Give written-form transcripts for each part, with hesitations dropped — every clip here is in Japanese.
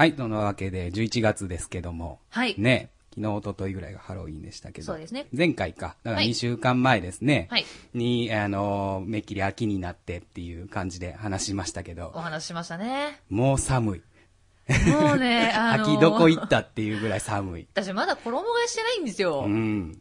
はい、そのわけで11月ですけども、 はい。 ね、昨日、一昨日ぐらいがハロウィンでしたけど、 そうですね。 前回か、だからはい 2週間前ですね、 はい。 に、めっきり秋になってっていう感じで話しましたけど、 お話ししましたね。 もう寒い。 もうね、 秋どこ行ったっていうぐらい寒い。 私まだ衣替えしてないんですよ。 うん。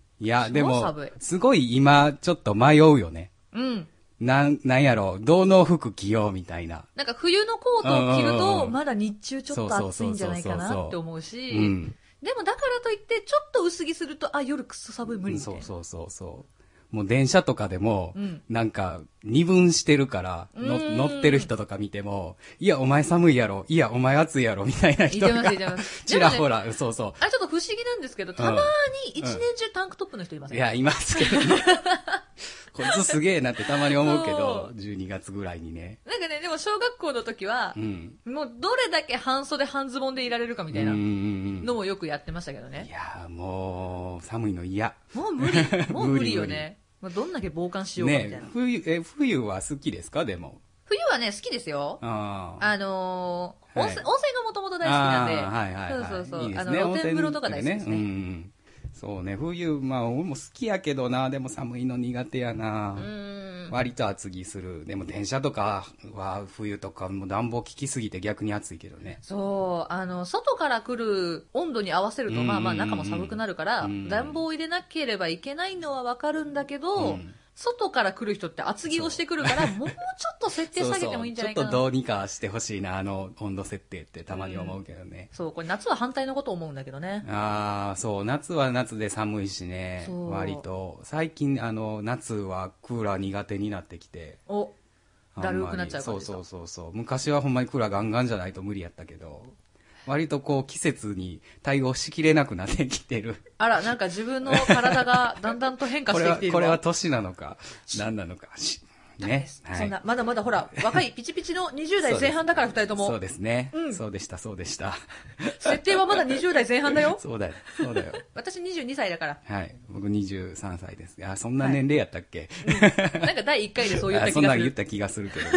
いや、 超でも寒い、 すごい今、ちょっと迷うよね。 うん。 なんやろう、どの服着ようみたいな。 なんか冬のコートを着るうんうんと、 うんまだ日中ちょっと暑いんじゃないかなって思うし、でもだからといって、ちょっと薄着すると、あ、夜くっそ寒い無理みたいな。 そう。もう電車とかでも、 うんなんか、二分してるから、乗ってる人とか見ても、いや、お前寒いやろ、いや、お前暑いやろ、みたいな人が、ちらほら、そうそう。 あれちょっと不思議なんですけど、たまに一年中タンクトップの人いません？ いや、いますけどね。こいつすげえなってたまに思うけど、12月ぐらいにね。 なんかね、でも小学校の時は、もうどれだけ半袖半ズボンでいられるかみたいなのもよくやってましたけどね。 いや、もう、寒いの嫌。 もう無理。もう無理よね。どんだけ防寒しようかみたいな。 ね、冬は好きですかでも。 冬はね、好きですよ。温泉がもともと大好きなんで。そう。いいですね、露天風呂とか大好きですね。 そうね、冬、まあ、俺も好きやけどな、でも寒いの苦手やな。割と厚着する。でも電車とかは冬とかも暖房効きすぎて逆に暑いけどね。 そう、外から来る温度に合わせると、まあまあ中も寒くなるから、暖房を入れなければいけないのはわかるんだけど、外から来る人って厚着をしてくるから、もうちょっと設定下げてもいいんじゃないかな。 ちょっとどうにかしてほしいな、温度設定ってたまに思うけどね。 そう、これ夏は反対のこと思うんだけどね。 そう、夏は夏で寒いしね、割と。最近、夏はクーラー苦手になってきて。 だるくなっちゃうから。 そう。昔はほんまにクーラーガンガンじゃないと無理やったけど。割とこう季節に対応しきれなくなってきてる。 あら、なんか自分の体がだんだんと変化してきているわ。 これは年なのか、何なのか。ね。 そんな、まだまだほら、若いピチピチの20代前半だから二人とも。 そうですね。そうでした。 設定はまだ20代前半だよ。 そうだよ。 私22歳だから。 はい。僕23歳です。そんな年齢やったっけ？ なんか第1回でそう言った気がする。 そんな言った気がするけど。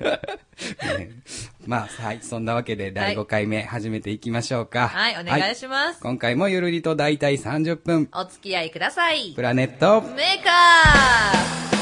まあ、はい。そんなわけで第5回目始めていきましょうか。 はい、お願いします。 今回もゆるりと大体30分。 お付き合いください。 プラネットメーカー。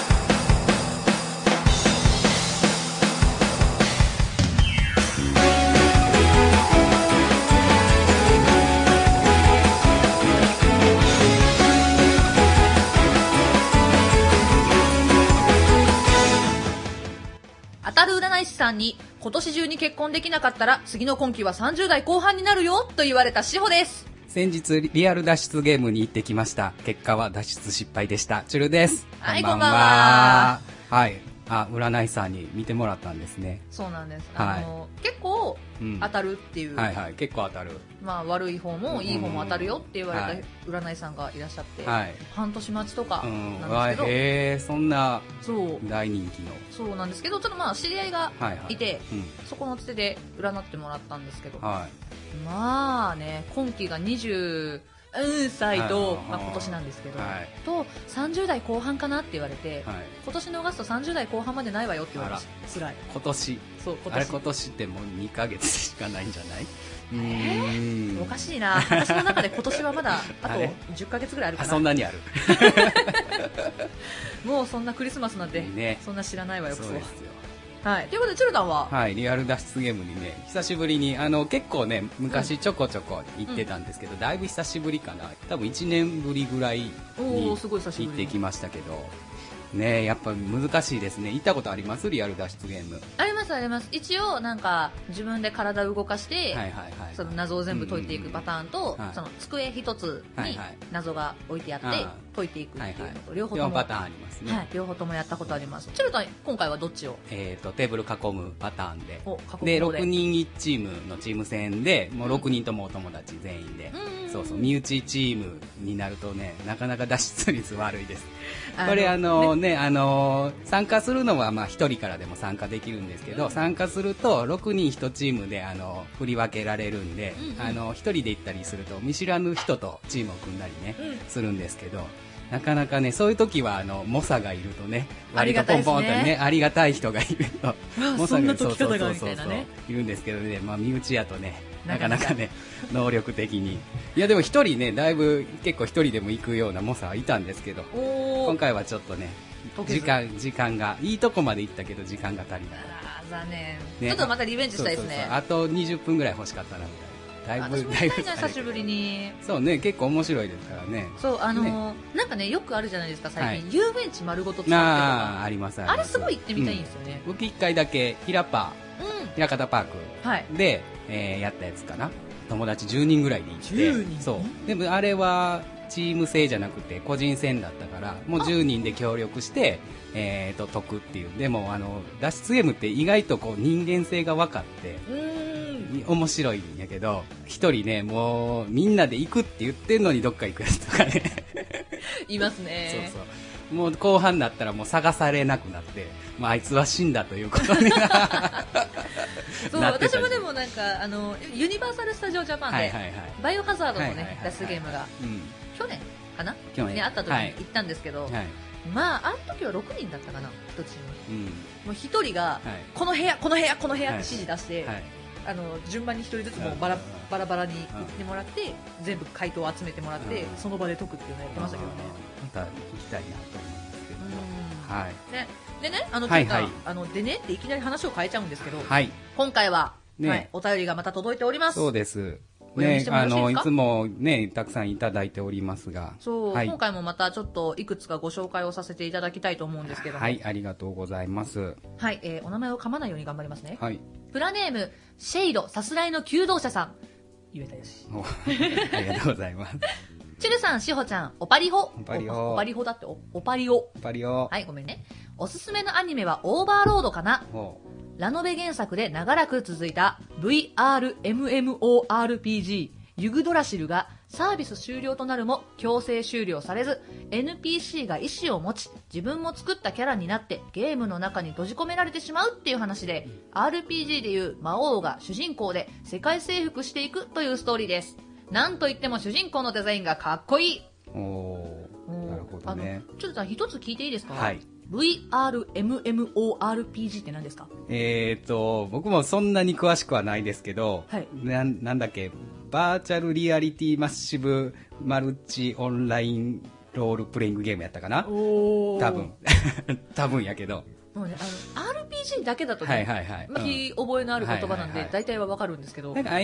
当たる占い師さんに今年中に結婚できなかったら次の今期は30代後半になるよと言われた志保です。 先日リアル脱出ゲームに行ってきました。結果は脱出失敗でした。チュルです。 はい、こんばんは。 はい。占い師さんに見てもらったんですね。 そうなんです。結構当たるっていう。 はい、結構当たる。 まあ悪い方もいい方も当たるよって言われた占い師さんがいらっしゃって、半年待ちとかなんですけど、 そんな大人気の。 そうなんですけど、ちょっとまあ知り合いがいて、そこのつてで占ってもらったんですけど、まあね、今期が20歳と、今年なんですけど、と30代後半かなって言われて、今年逃すと30代後半までないわよって言われました。辛い。今年ってもう2ヶ月しかないんじゃない？ おかしいな。私の中で今年はまだあと10ヶ月ぐらいあるかな。 そんなにある。 もうそんなクリスマスなんて、そんな知らないわよ。 そうですよ。 はい。ということで、チュルタンははい、リアル脱出ゲームにね、久しぶりに、結構ね、昔ちょこちょこ行ってたんですけど、だいぶ久しぶりかな。多分1年ぶりぐらいに行ってきましたけど、ね、やっぱ難しいですね。行ったことあります？リアル脱出ゲーム。 あります。一応なんか自分で体を動かして、その謎を全部解いていくパターンと、その机一つに謎が置いてあって解いていくっていうのと両方とも 4パターンありますね。 両方ともやったことあります。チュルタン今回はどっちを？ テーブル囲むパターンで、で6人1チームのチーム戦で、もう6人ともお友達全員で、そう身内チームになるとね、なかなか脱出率悪いです。これ参加するのはまあ1人からでも参加できるんですけど、参加すると6人1チームで振り分けられるんで、1人で行ったりすると見知らぬ人とチームを組んだりね、するんですけど、 なかなかね、そういう時は猛者がいるとね、割とポンポンとね、ありがたい人がいると、 猛者がそんな解き方がみたいなね、 いるんですけどね、まあ身内やとね、なかなかね、能力的に。いやでも一人ね、だいぶ結構一人でも行くような猛者はいたんですけど、今回はちょっとね、時間が、いいとこまで行ったけど時間が足りない。 残念、ね。ちょっとまたリベンジしたいですね。 そうそうそう、あと20分ぐらい欲しかったなみたいな。だいぶ久しぶりに。 そうね、結構面白いですからね。 そうなんかね、よくあるじゃないですか最近、遊園地丸ごと使ってとかあります。 あれすごい行ってみたいんですよね。 僕一回だけ平方パークでやったやつかな。友達10人ぐらいで行って。 10人。 そう。でもあれはチーム制じゃなくて個人戦だったからもう10人で協力して解くっていう。でも脱出ゲームって意外とこう人間性が分かって面白いんやけど、一人ね、もうみんなで行くって言ってんのにどっか行くやつとかねいますね。 そうそう、もう後半になったらもう探されなくなって、あいつは死んだということにそう、私もでもなんかユニバーサル・スタジオ・ジャパンでバイオハザードのね脱出ゲームが去年かなにあった時に行ったんですけど、まああの時は6人だったかな、一チーム、もう1人がこの部屋この部屋この部屋って指示出して、順番に1人ずつもバラバラに行ってもらって、全部回答を集めてもらって、その場で解くっていうのをやってましたけどね。 また行きたいなと思うんですけど、はいね、でね、でねっていきなり話を変えちゃうんですけど、今回は、お便りがまた届いております。 そうですね、いつもねたくさんいただいておりますが、 そう、今回もまたちょっといくつかご紹介をさせていただきたいと思うんですけども、 はい、ありがとうございます。 はい、お名前を噛まないように頑張りますね。プラネームシェイドさすらいの求道者さん、言えたよしありがとうございます。 チュルさん、しほちゃん、おパリホ。おパリホだって、おパリオ。はい、ごめんね。おすすめのアニメはオーバーロードかな。ラノベ原作で長らく続いた VRMMORPG ユグドラシルがサービス終了となるも強制終了されず、 NPC が意思を持ち自分も作ったキャラになってゲームの中に閉じ込められてしまうっていう話で、 RPG でいう魔王が主人公で世界征服していくというストーリーです。なんといっても主人公のデザインがかっこいい。 なるほどね。 ちょっと一つ聞いていいですか。 はい。 VRMMORPG って何ですか。 僕もそんなに詳しくはないですけど、なんだっけ、バーチャルリアリティマッシブマルチオンラインロールプレイングゲームやったかな。多分やけど、 もうね、RPG だけだとね、聞き覚えのある言葉なんで大体はわかるんですけど、 なんか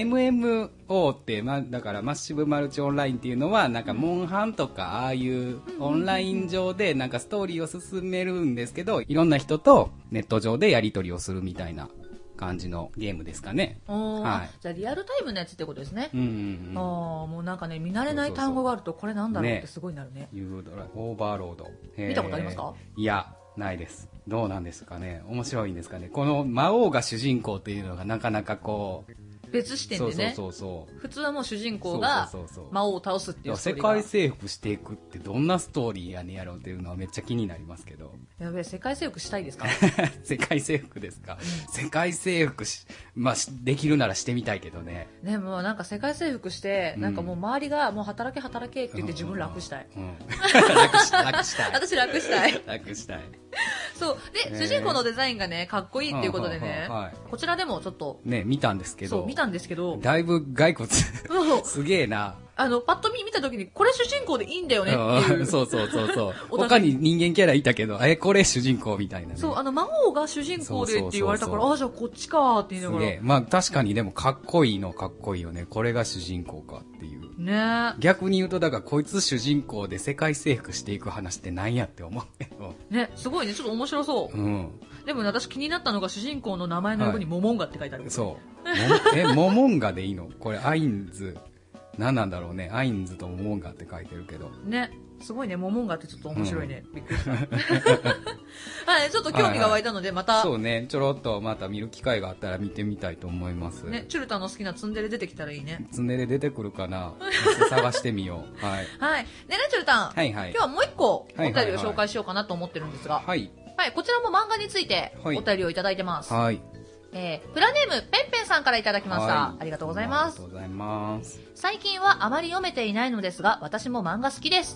MMO って、だからマッシブマルチオンラインっていうのはなんかモンハンとかああいうオンライン上でなんかストーリーを進めるんですけど、いろんな人とネット上でやり取りをするみたいな感じのゲームですかね。 じゃあリアルタイムのやつってことですね。もうなんかね、見慣れない単語があるとこれなんだろうってすごいなるね。 オーバーロード、 見たことありますか。 いやないです。どうなんですかね。面白いんですかね。この魔王が主人公っていうのがなかなかこう別視点でね。普通はもう主人公が魔王を倒すっていうストーリーが、 世界征服していくってどんなストーリーやねんやろうっていうのはめっちゃ気になりますけど。 やべえ、世界征服したいですか。 世界征服ですか。世界征服できるならしてみたいけどね。 でもなんか世界征服して、なんかもう周りがもう働けって言って自分楽したい。 楽したい。 私楽したい。 楽したい。 そうで、主人公のデザインがねかっこいいっていうことでね、こちらでもちょっとね見たんですけど、だいぶ骸骨すげえな。 パッと見た時にこれ主人公でいいんだよねっていう。 そう他に人間キャラいたけど、これ主人公みたいなね。 そう、魔王が主人公でって言われたから、じゃあこっちかって言いながら。 まあ確かにでもかっこいいよね。これが主人公かっていうね。逆に言うとだからこいつ主人公で世界征服していく話ってなんやって思うけどね。すごいね、ちょっと面白そう。でも、ね、私気になったのが主人公の名前の横にモモンガって書いてある。 そうモモンガでいいのこれ。アインズ何なんだろうね。アインズとモモンガって書いてるけどね。すごいね、モモンガってちょっと面白いね。びっくりした。はい、ちょっと興味が湧いたので、また。 そうね、ちょろっとまた見る機会があったら見てみたいと思います。 ね、チュルタの好きなツンデレ出てきたらいいね。 ツンデレ出てくるかな。探してみよう。はい。 はい。でね、チュルタン。今日はもう一個お便りを紹介しようかなと思ってるんですが。はい。こちらも漫画についてお便りをいただいてます。はい。プラネームペンペンさんからいただきました。ありがとうございます。 ありがとうございます。 最近はあまり読めていないのですが、私も漫画好きです。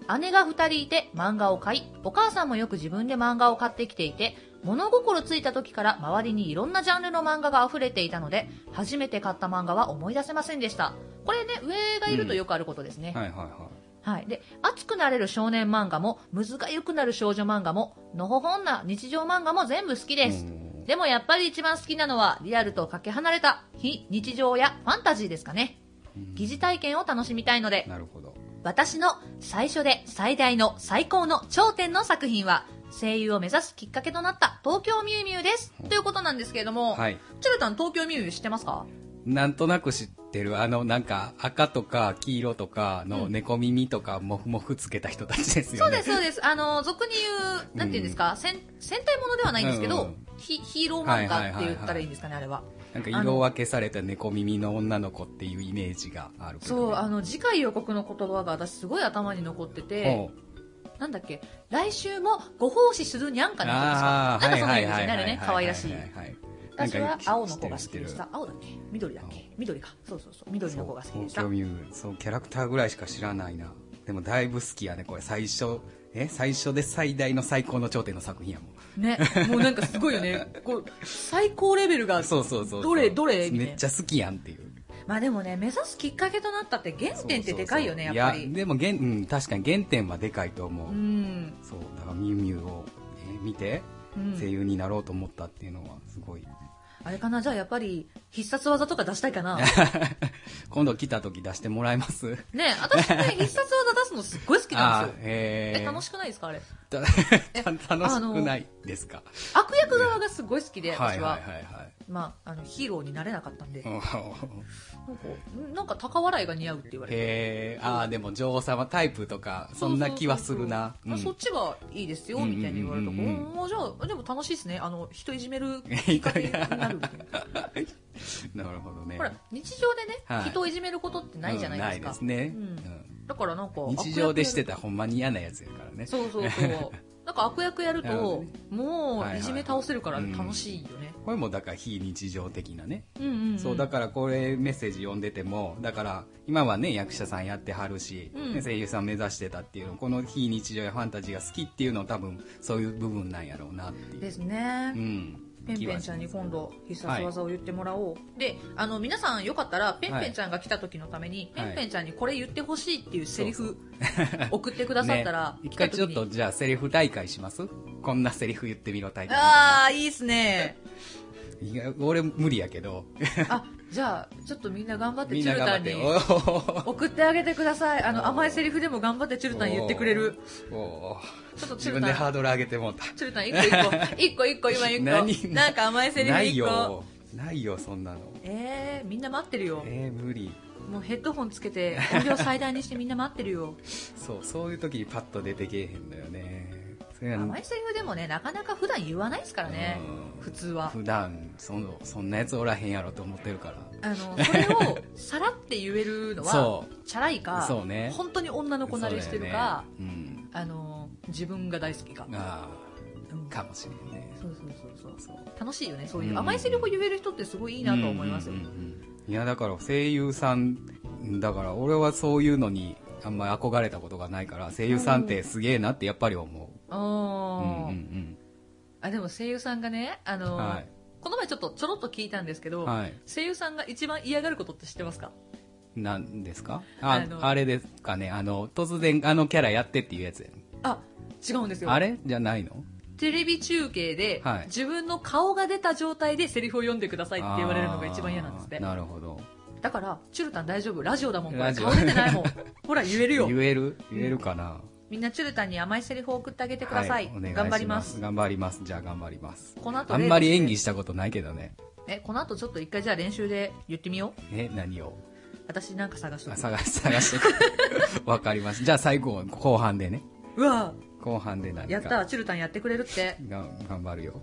姉が2人いて漫画を買い、お母さんもよく自分で漫画を買ってきていて、物心ついた時から周りにいろんなジャンルの漫画が溢れていたので、初めて買った漫画は思い出せませんでした。これね、上がいるとよくあることですね。 はいはいはい。 はい。で、熱くなれる少年漫画も、むずがゆくなる少女漫画も、のほほんな日常漫画も全部好きです。でもやっぱり一番好きなのは、リアルとかけ離れた非日常やファンタジーですかね。疑似体験を楽しみたいので。 なるほど。 私の最初で最大の最高の頂点の作品は、声優を目指すきっかけとなった東京ミュウミュウです。ということなんですけれども、はい。チュルタン東京ミュウミュウ知ってますか？ なんとなく知ってる。なんか赤とか黄色とかの猫耳とかモフモフつけた人たちですよね。 そうです、そうです。俗に言う、なんていうんですか、戦隊ものではないんですけど、ヒーロー漫画って言ったらいいんですかね、あれは。 なんか色分けされた猫耳の女の子っていうイメージがあるけど、ね。 そう、次回予告の言葉が私すごい頭に残ってて、なんだっけ、来週もご奉仕するにゃんかなとか、なんかそのイメージになるね、可愛らしい。私は青の子が好きでした。青だっけ、緑だっけ、緑か。そうそうそう、緑の子が好きでした。 そう、キャラクターぐらいしか知らないな。でもだいぶ好きやね、これ。最初で最大の最高の頂点の作品やもん。 ね、もうなんかすごいよね。こう、最高レベルが、どれみたいな。 めっちゃ好きやんっていう。 まあでもね、目指すきっかけとなったって原点ってでかいよね、やっぱり。 いや、でも確かに原点はでかいと思う。そう、だからミュウミュウを見て、声優になろうと思ったっていうのはすごい。 あれかな、じゃあやっぱり必殺技とか出したいかな。 今度来た時出してもらえます？ ね、私ね、必殺技出すのすっごい好きなんですよ。楽しくないですかあれ？ 楽しくないですか？ 悪役側がすごい好きで、私は。まあ、ヒーローになれなかったんで。なんか高笑いが似合うって言われて。 でも女王様タイプとか、そんな気はするな。 そっちがいいですよ、みたいに言われると、じゃあ、でも楽しいですね。人いじめるきっかけになるみたいな。 なるほどね。 ほら、日常でね、人をいじめることってないじゃないですか。 ないですね。 だからなんか、 日常でしてたらほんまに嫌なやつやからね。 そう。なんか悪役やると、もういじめ倒せるから楽しいよね。 これもだから非日常的なね。そうだからこれメッセージ読んでても、だから今はね役者さんやってはるし、声優さん目指してたっていうの、この非日常やファンタジーが好きっていうのは多分そういう部分なんやろうなっていう。 ですね。ペンペンちゃんに今度必殺技を言ってもらおう。で、皆さんよかったらペンペンちゃんが来た時のために、ペンペンちゃんにこれ言ってほしいっていうセリフ送ってくださったら、 一回ちょっとじゃあセリフ大会します？こんなセリフ言ってみろ大会。 ああ、いいっすね。 いや、俺無理やけど。 じゃあちょっとみんな頑張ってチュルタンに送ってあげてください。甘いセリフでも頑張ってチュルタン言ってくれる。ちょっと自分でハードル上げてもうた。 チュルタン一個今1個なんか甘いセリフ1個ないよそんなの。 みんな待ってるよ。 無理。 もうヘッドホンつけて音量最大にしてみんな待ってるよ。 そういう時にパッと出てけえへんのよね。 甘いセリフでもね、なかなか普段言わないですからね、普通は。 普段そんなやつおらへんやろと思ってるから。 それをさらって言えるのはチャラいか、本当に女の子慣れしてるか、自分が大好きか。 かもしれんね。 そう楽しいよね、そういう甘いセリフを言える人ってすごいいいなと思いますよ。 いやだから声優さんだから、俺はそういうのにあんまり憧れたことがないから、声優さんってすげえなってやっぱり思う。 でも声優さんがね、この前ちょろっと聞いたんですけど、声優さんが一番嫌がることって知ってますか？ なんですか？あれですかね、突然キャラやってっていうやつやね。 違うんですよ。 あれじゃないの？ テレビ中継で、自分の顔が出た状態でセリフを読んでくださいって言われるのが一番嫌なんですって。 なるほど。 だからチュルタン大丈夫、ラジオだもん、これ顔出てないもん。ほら言えるよ。 言えるかな。 みんなチュルタンに甘いセリフを送ってあげてください。頑張ります。 頑張ります。じゃあ頑張ります。 この後あんまり演技したことないけどね。 この後ちょっと一回じゃあ練習で言ってみよう。何を？ 私なんか探しとく。 探してく。わかります。じゃあ最後後半でね。 うわ。 後半で何かやった、チュルタンやってくれるって。 頑張るよ。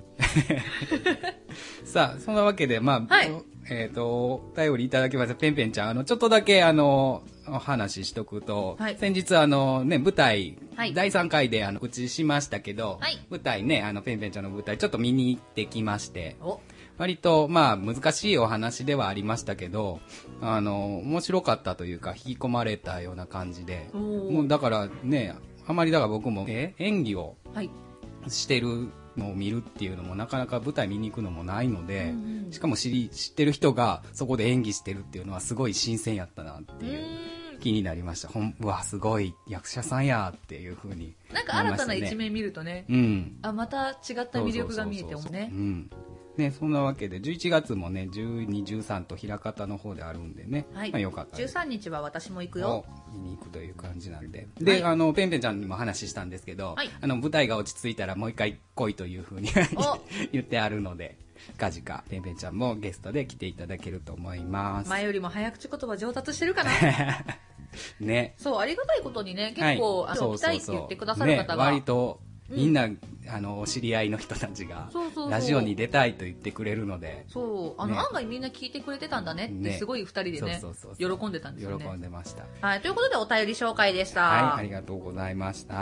さあ、そんなわけで、お便りいただきましたペンペンちゃん、ちょっとだけお話ししとくと、先日舞台、第3回で告知しましたけど、舞台ね、ペンペンちゃんの舞台ちょっと見に行ってきまして、割と難しいお話ではありましたけど、面白かったというか引き込まれたような感じで、もうだからね、 あまりだから僕も演技をしてるのを見るっていうのもなかなか舞台見に行くのもないので、しかも知ってる人がそこで演技してるっていうのはすごい新鮮やったなっていう気になりました。うわすごい役者さんやっていう風に、 なんか新たな一面見るとね、また違った魅力が見えてもね。 ね、そんなわけで11月もね12、13と枚方の方であるんでね、よかったです。 13日は私も行くよ。 見に行くという感じなんで、で、ペンペンちゃんにも話したんですけど、舞台が落ち着いたらもう一回来いというふうに言ってあるので、近々ペンペンちゃんもゲストで来ていただけると思います。 前よりも早口言葉上達してるかなね、 そうありがたいことにね、結構来たいって言ってくださる方が、 割とみんな、お知り合いの人たちがラジオに出たいと言ってくれるので、 案外みんな聞いてくれてたんだねってすごい2人でね喜んでたんですよね。 喜んでました。 はい、ということでお便り紹介でした。 はい、ありがとうございました。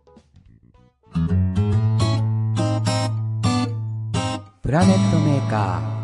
プラネットメーカー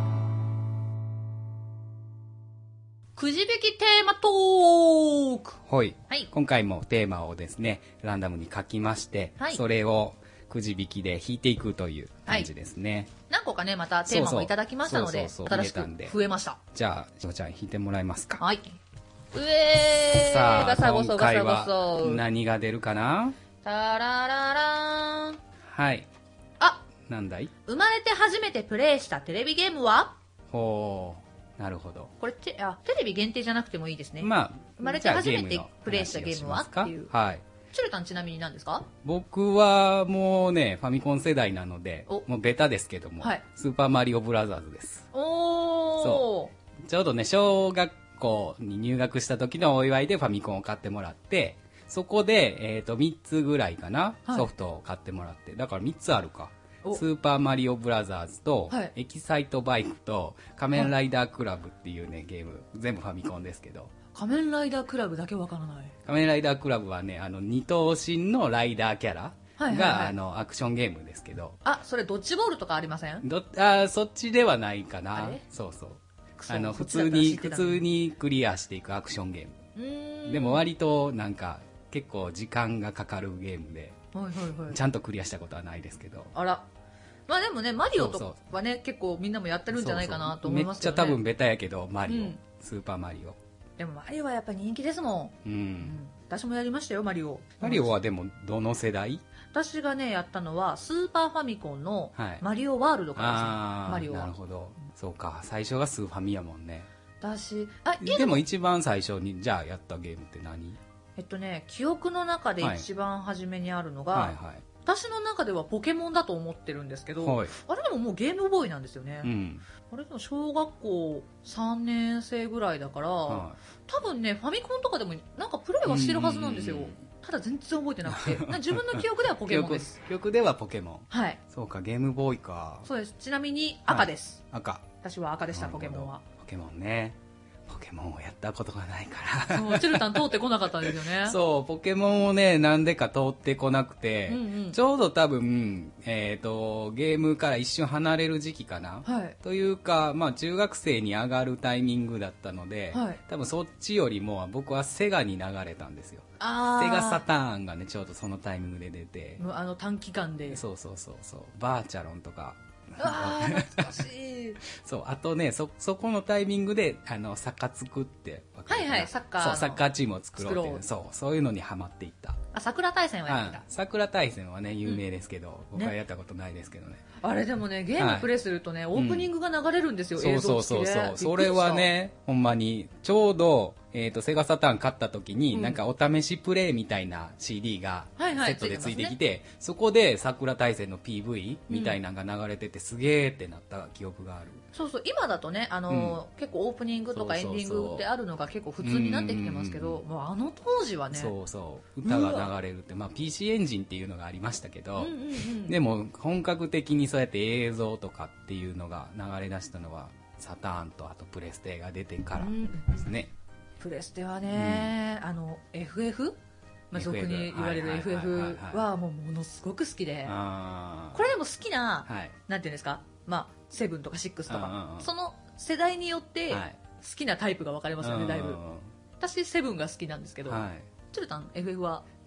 くじ引きテーマトーク。 はい、今回もテーマをですねランダムに書きまして、それをくじ引きで引いていくという感じですね。 何個かねまたテーマもいただきましたので、新しく増えました。 じゃあしおちゃん引いてもらえますか。 はい。さあガサゴソガサゴソ、 何が出るかな。 タラララーン。 はい。なんだい。 生まれて初めてプレイしたテレビゲームは。 ほう、なるほど。 これテレビ限定じゃなくてもいいですね。 生まれて初めてプレイしたゲームはっていう。 はい。 チュルタンちなみに何ですか。 僕はもうねファミコン世代なのでもうベタですけども、スーパーマリオブラザーズです。そうちょうどね小学校に入学した時のお祝いでファミコンを買ってもらって、そこで、3つぐらいかな、ソフトを買ってもらって、だから3つあるか。スーパーマリオブラザーズと、エキサイトバイクと仮面ライダークラブっていうねゲーム、全部ファミコンですけど。 仮面ライダークラブだけわからない。 仮面ライダークラブはね二頭身のライダーキャラが、アクションゲームですけど。 それドッジボールとかありません。 そっちではないかな。そうそう、普通にクリアしていくアクションゲームでも割となんか結構時間がかかるゲームで、ちゃんとクリアしたことはないですけど。 あら、まあでもねマリオとかはね結構みんなもやってるんじゃないかなと思いますけどね。 めっちゃ多分ベタやけどマリオ、スーパーマリオ。 でもマリオはやっぱり人気ですもん。私もやりましたよマリオ。 マリオはでもどの世代。 私がねやったのはスーパーファミコンのマリオワールドからですね、マリオは。なるほど、 そうか、最初がスーファミやもんね。 私でも一番最初にじゃあやったゲームって何。 記憶の中で一番初めにあるのが、私の中ではポケモンだと思ってるんですけど、あれでももうゲームボーイなんですよね。あれでも小学校3年生ぐらいだから、多分ねファミコンとかでもなんかプレイはしてるはずなんですよ。ただ全然覚えてなくて自分の記憶ではポケモンです。 記憶ではポケモン。 はい。 そうか、ゲームボーイか。 そうです。ちなみに赤です。 赤。 私は赤でした。ポケモンは。 ポケモンね。ポケモンをやったことがないからそうチルタン通ってこなかったんですよね。 そうポケモンをねなんでか通ってこなくて、ちょうど多分、ゲームから一瞬離れる時期かな、というか、まあ、中学生に上がるタイミングだったので、多分そっちよりも僕はセガに流れたんですよ。セガサターンがねちょうどそのタイミングで出て、 短期間で。 そうバーチャロンとか懐かしいそう、あとねそこのタイミングでサッカー作ってサッカーチームを作ろうっていう、そういうのにハマっていった。 桜大戦はやってた。 桜大戦はね有名ですけど、僕はやったことないですけどね。 あれでもねゲームプレイするとね、オープニングが流れるんですよ、映像付きで。 それはねほんまにちょうどセガサターン買った時に、なんかお試しプレイみたいな CD がセットでついてきて、そこで桜大戦の PV みたいなのが流れてて、すげーってなった記憶がある。 そう今だとね結構オープニングとかエンディングってあるのが結構普通になってきてますけど、もう当時はね歌が流れるって、PC エンジンっていうのがありましたけど、でも本格的にそうやって映像とかっていうのが流れ出したのはサターンとあとプレステが出てからですね。 プレステはね、FF、俗に言われる FF はもうものすごく好きで、これでも好きな、なんていうんですか、セブンとか6とか、その世代によって好きなタイプが分かれますよね、だいぶ。私セブンが好きなんですけど、チュルタン FF は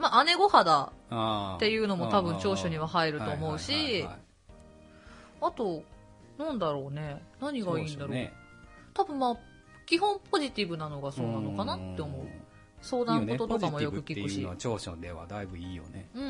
まあ、姉御肌っていうのも多分長所には入ると思うし、あと、なんだろうね。何がいいんだろう。ね、多分まあ、基本ポジティブなのがそうなのかなって思う。相談事とかもよく聞くし。いいよね、ポジティブっていうのは長所ではだいぶいいよね。 うん。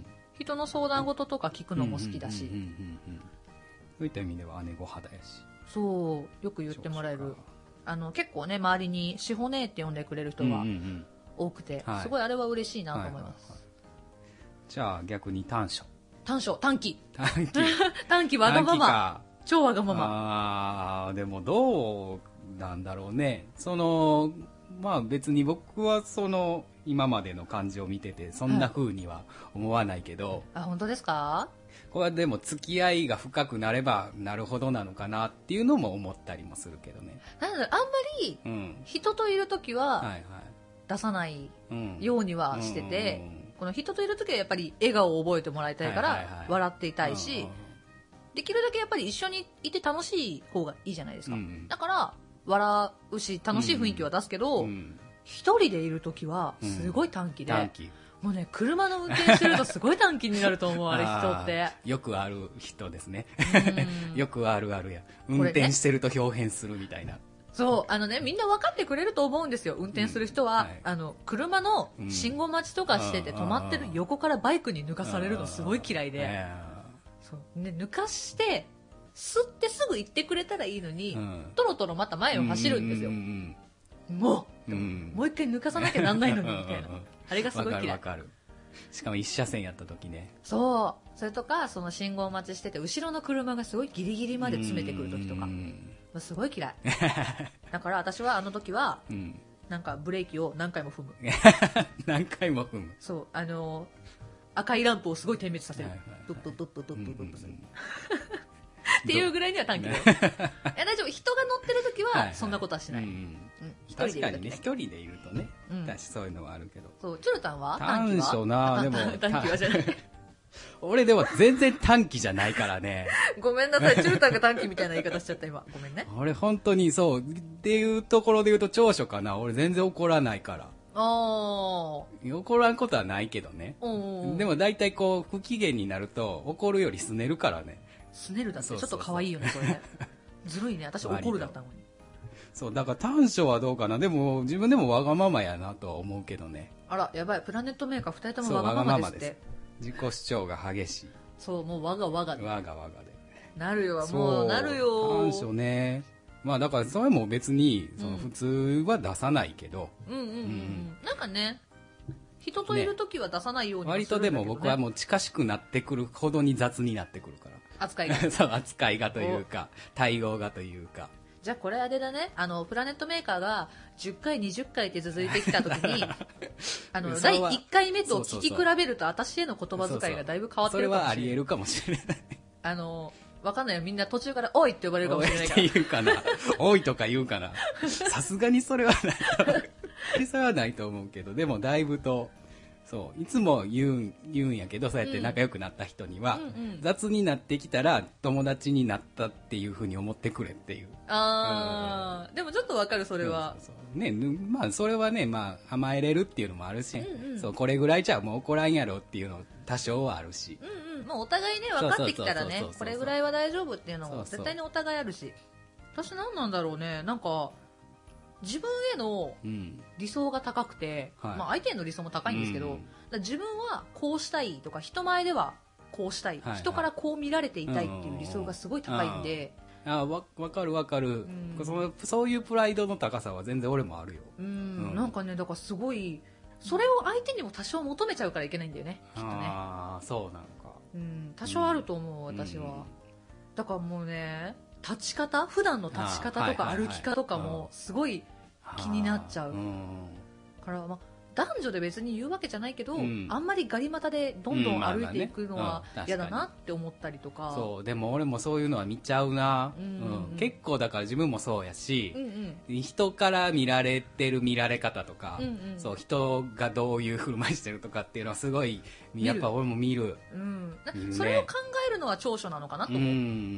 人の相談事とか聞くのも好きだし。 そういった意味では姉御肌やし。 そう、よく言ってもらえる。結構ね、周りにしほねーって呼んでくれる人が多くて、すごいあれは嬉しいなと思います。 じゃあ逆に短所。 短気。短気わがまま。超わがまま。 でもどうなんだろうね。まあ別に僕は今までの感じを見ててそんな風には思わないけど、 あ、本当ですか？ これはでも付き合いが深くなればなるほどなのかなっていうのも思ったりもするけどね。 なのであんまり人といるときは出さないようにはしてて、この人といるときはやっぱり笑顔を覚えてもらいたいから笑っていたいし、できるだけやっぱり一緒にいて楽しい方がいいじゃないですか。だから笑うし楽しい雰囲気は出すけど、一人でいるときはすごい短気で、もうね、車の運転してるとすごい短気になると思う、あれ人って。 よくある人ですね。よくあるあるや。運転してると表変するみたいな。 そう、みんな分かってくれると思うんですよ。運転する人は、車の信号待ちとかしてて止まってる横からバイクに抜かされるのすごい嫌いで。そうね、抜かして、吸ってすぐ行ってくれたらいいのに、トロトロまた前を走るんですよ。もう一回抜かさなきゃなんないのに、みたいな。あれがすごい嫌い。 わかる。しかも一車線やった時ね。 そう。それとか、その信号待ちしてて、後ろの車がすごいギリギリまで詰めてくる時とか。すごい嫌い。だから私はあの時は、なんかブレーキを何回も踏む。 何回も踏む。 そう。赤いランプをすごい点滅させる。ドッドッドッドッドッドッドする。っていうぐらいには短気だよ。大丈夫。人が乗ってる時はそんなことはしない。 確かにね、一人でいるとね、私そういうのはあるけど。 そう、チュルタンは短所な、でも短気はじゃない。 俺でも全然短気じゃないからね。 ごめんなさい、チュルタンが短気みたいな言い方しちゃった今。ごめんね。 俺本当にそうっていうところで言うと長所かな。俺全然怒らないから。怒らんことはないけどね。でも大体こう不機嫌になると怒るより拗ねるからね。 拗ねるだってちょっと可愛いよねこれね。ずるいね。私怒るだったのに。 そうだから短所はどうかな。でも自分でもわがままやなとは思うけどね。 あらやばい、プラネットメーカー2人ともわがままですって。 自己主張が激しい。 そう、もうわがわがで。 わがわがで。 なるよ、もうなるよ。 短所ね。まあだからそれも別に普通は出さないけど。 なんかね、人といるときは出さないようにはするんだけどね。 割とでも僕はもう近しくなってくるほどに雑になってくるから。 扱いが。 そう、扱いがというか、対応がというか。 じゃあこれあれだね、プラネットメーカーが10回、20回って続いてきたときに、第1回目と聞き比べると私への言葉遣いがだいぶ変わってるかもしれない。 それはあり得るかもしれない。 わかんないよ。みんな途中から、おいって呼ばれるかもしれないから。 おいって言うかな。おいとか言うかな。さすがにそれはない。それはないと思うけど、でもだいぶと、そう、いつも言うんやけど、そうやって仲良くなった人には、雑になってきたら友達になったっていうふうに思ってくれっていう。 でもちょっとわかる、それは。 ね、まあ、それはね、まあ、甘えれるっていうのもあるし、そう、これぐらいじゃもう怒らんやろっていうの多少はあるし。 もうお互いね、分かってきたらね、これぐらいは大丈夫っていうのも絶対にお互いあるし。私何なんだろうね、なんか、自分への理想が高くて、まあ相手への理想も高いんですけど、自分はこうしたいとか、人前ではこうしたい、人からこう見られていたいっていう理想がすごい高いんで。 わかるわかる、そういうプライドの高さは全然俺もあるよ。 なんかね、だからすごい、それを相手にも多少求めちゃうからいけないんだよね、きっとね。 そうなのか。 多少あると思う、私は。だからもうね、立ち方、普段の立ち方とか歩き方とかもすごい気になっちゃうから、まあ男女で別に言うわけじゃないけど、あんまりガリ股でどんどん歩いていくのは嫌だなって思ったりとか。 そう、でも俺もそういうのは見ちゃうな。結構だから自分もそうやし、人から見られてる見られ方とか、そう、人がどういう振る舞いしてるとかっていうのはすごいやっぱ俺も見る。 それを考えるのは長所なのかなと思う。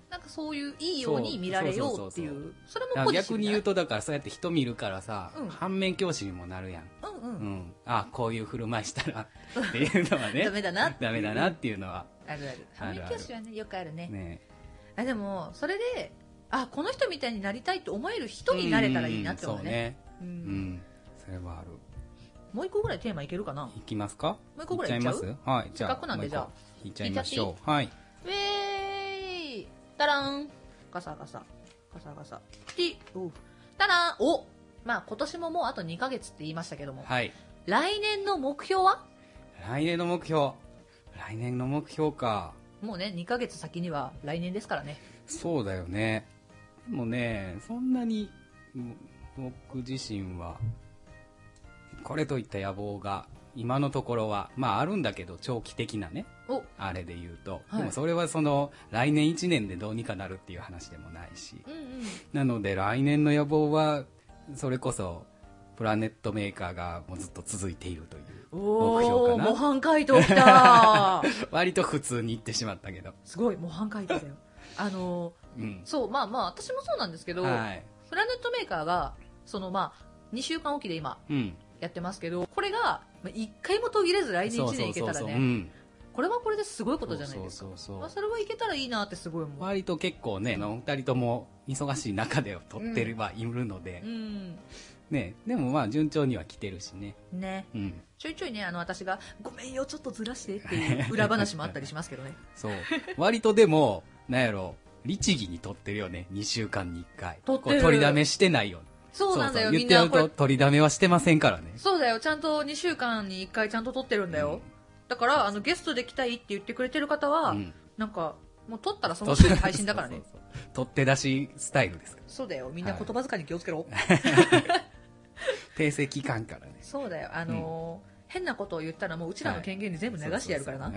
なんかそういういいように見られようっていう、それもポジティブ。 逆に言うと、だからそうやって人見るからさ、反面教師にもなるやん。あ、こういう振る舞いしたらっていうのはね。 ダメだなっていうのは。 あるある。反面教師はね、よくあるね。でも、それで、あ、この人みたいになりたいと思える人になれたらいいなって思うね。 それはある。 もう一個ぐらいテーマいけるかな。 いきますか。 もう一個ぐらいいっちゃう？ はい。 じゃあ、せっかくなんでじゃあ。 いっちゃいましょう。はい。 ウェーイタランガサガサ。ガサガサ。タランおまあ今年ももうあと2ヶ月って言いましたけども。 はい。 来年の目標は？ 来年の目標か。 もうね、2ヶ月先には来年ですからね。 そうだよね。でもね、そんなに僕自身はこれといった野望が今のところはまああるんだけど、長期的なねあれで言うと、でもそれはその来年1年でどうにかなるっていう話でもないし、なので来年の野望はそれこそプラネットメーカーがもうずっと続いているという目標かな。 模範解答きた割と普通に言ってしまったけど、すごい模範解答だよ。そうまあまあ私もそうなんですけど、プラネットメーカーがそのまあ2週間おきで今やってますけど、これが1回も途切れず来年1年いけたらね、これはこれですごいことじゃないですか。それはいけたらいいなってすごい思う。 割と結構ね、2人とも忙しい中で撮ってはいるので、ね、でもまあ順調には来てるしね。ちょいちょいね、私がごめんよちょっとずらしてっていう裏話もあったりしますけどね。 そう割とでもなんやろ、律儀に撮ってるよね。2週間に1回取りだめしてないよ。 そうなんだよ。 言ってやると取りだめはしてませんからね。 そうだよ、ちゃんと2週間に1回ちゃんと撮ってるんだよ。だからゲストで来たいって言ってくれてる方は、なんかもう撮ったらその週に配信だからね。 取って出しスタイルですから。 そうだよ、みんな言葉遣いに気をつけろ。 訂正期間からね。 そうだよ、変なことを言ったらもううちらの権限に全部流してやるからな。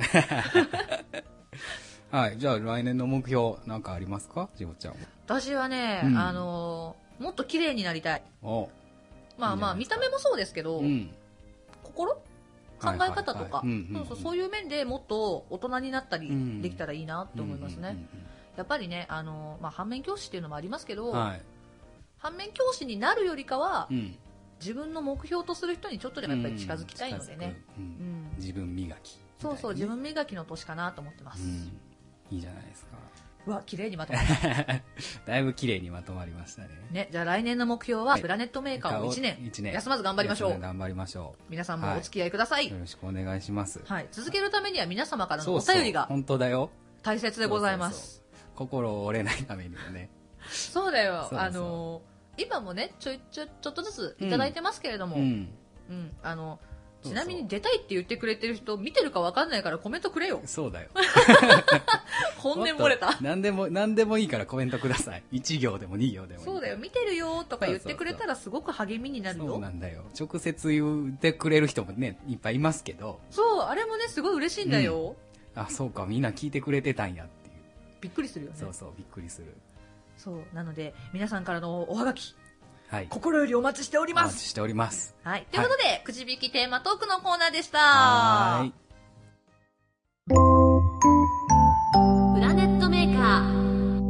はい、じゃあ来年の目標なんかありますか、ジオちゃんは。 私はね、もっと綺麗になりたい。まあまあ見た目もそうですけど、心、考え方とか、そういう面でもっと大人になったりできたらいいなって思いますね。やっぱりね、反面教師っていうのもありますけど、反面教師になるよりかは、自分の目標とする人にちょっとでもやっぱり近づきたいのでね。 自分磨き。 そうそう、自分磨きの年かなと思ってます。 いいじゃないですか。 うわ、綺麗にまとまった。 だいぶ綺麗にまとまりましたね。 じゃあ来年の目標はプラネットメーカーを1年休まず頑張りましょう。 頑張りましょう。 皆さんもお付き合いください。 よろしくお願いします。 はい、続けるためには皆様からのお便りが本当だよ。 大切でございます。 心折れないためにもね。 そうだよ。今もね、ちょっとずついただいてますけれども、ちなみに出たいって言ってくれてる人見てるか分かんないからコメントくれよ。 そうだよ。 本音漏れた。 何でもいいからコメントください。1行でも2行でもいい。 そうだよ、見てるよとか言ってくれたらすごく励みになるよ。 そうなんだよ。直接言ってくれる人もね、いっぱいいますけど。 そう、あれもね、すごい嬉しいんだよ。 あ、そうか、みんな聞いてくれてたんやっていう。 びっくりするよね。 そうそう、びっくりする。 そう、なので、皆さんからのおはがき。 はい、 心よりお待ちしております。 お待ちしております。 はい。ということで、くじ引きテーマトークのコーナーでした。 はい。 プラネットメーカー。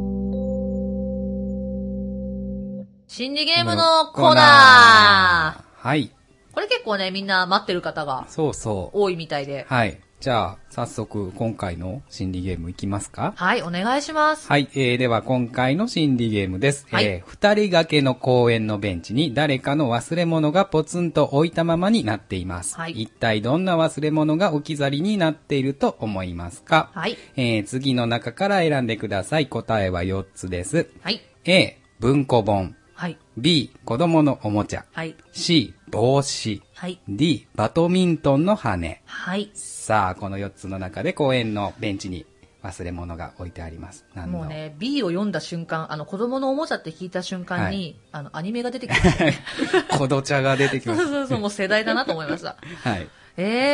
心理ゲームのコーナー。 はい。 これ結構ね、みんな待ってる方が多いみたいで。 はい。じゃあ、早速、今回の心理ゲームいきますか？ はい、お願いします。 はい、では今回の心理ゲームです。二人掛けの公園のベンチに誰かの忘れ物がポツンと置いたままになっています。はい、一体どんな忘れ物が置き去りになっていると思いますか？はい、次の中から選んでください。答えは4つです。はい、A、文庫本。はい、B、子供のおもちゃ。はい、C、帽子。はい、D、バドミントンの羽。はい。さあ、この4つの中で公園のベンチに忘れ物が置いてあります。 もうね、B を読んだ瞬間、子供のおもちゃって聞いた瞬間に、はい、アニメが出てきましたね。 子どちゃが出てきました。 そうそう、もう世代だなと思いました。はい。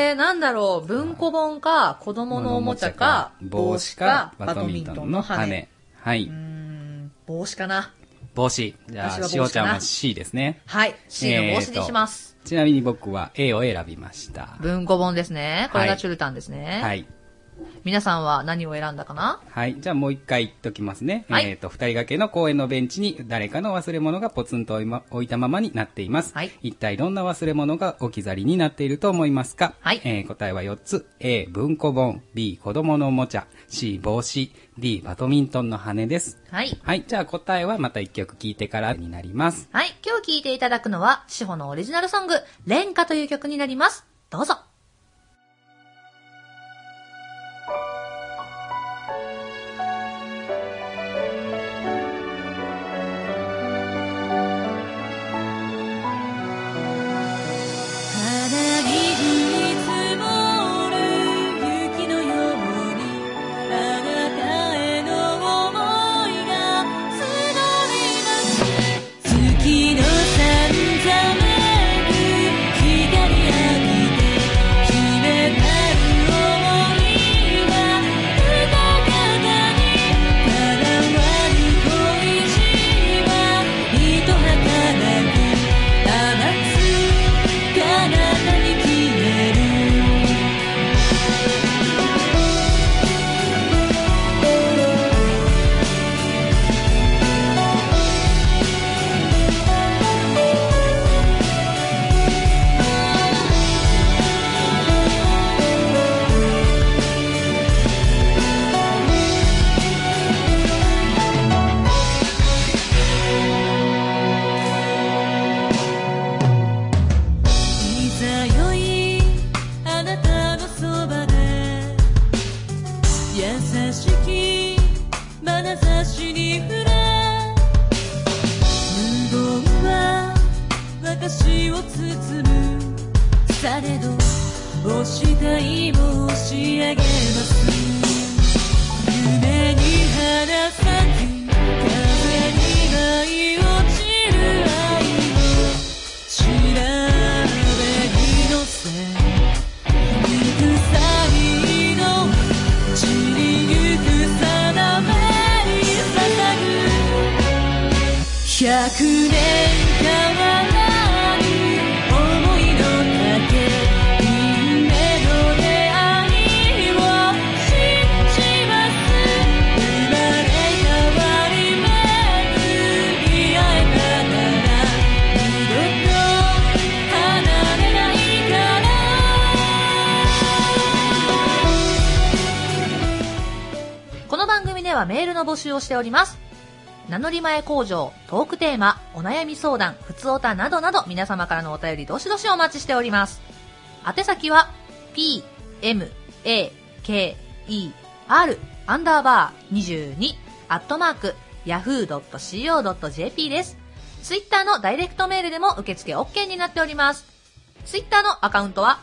なんだろう、文庫本か、子供のおもちゃか、帽子か、バドミントンの羽。はい。帽子かな。 帽子。じゃあ、しおちゃんは C ですね。 はい。C の帽子にします。 ちなみに僕は A を選びました。 文庫本ですね。これがチュルタンですね。はい。 皆さんは何を選んだかな？ はい。じゃあもう一回言っときますね。 はい、 二人掛けの公園のベンチに誰かの忘れ物がポツンと置いたままになっています。はい。一体どんな忘れ物が置き去りになっていると思いますか？はい。答えは4つ。A、文庫本。B、子供のおもちゃ。C、帽子。D、バドミントンの羽です。はい。はい。じゃあ答えはまた一曲聴いてからになります。 はい。今日聴いていただくのは、志保のオリジナルソング、恋歌という曲になります。どうぞ。メールの募集をしております。名乗り前工場、トークテーマ、お悩み相談、ふつおたなどなど皆様からのお便りどしどしお待ちしております。宛先は pmaker_22@yahoo.co.jp です。ツイッターのダイレクトメールでも受付 OK になっております。ツイッターのアカウントは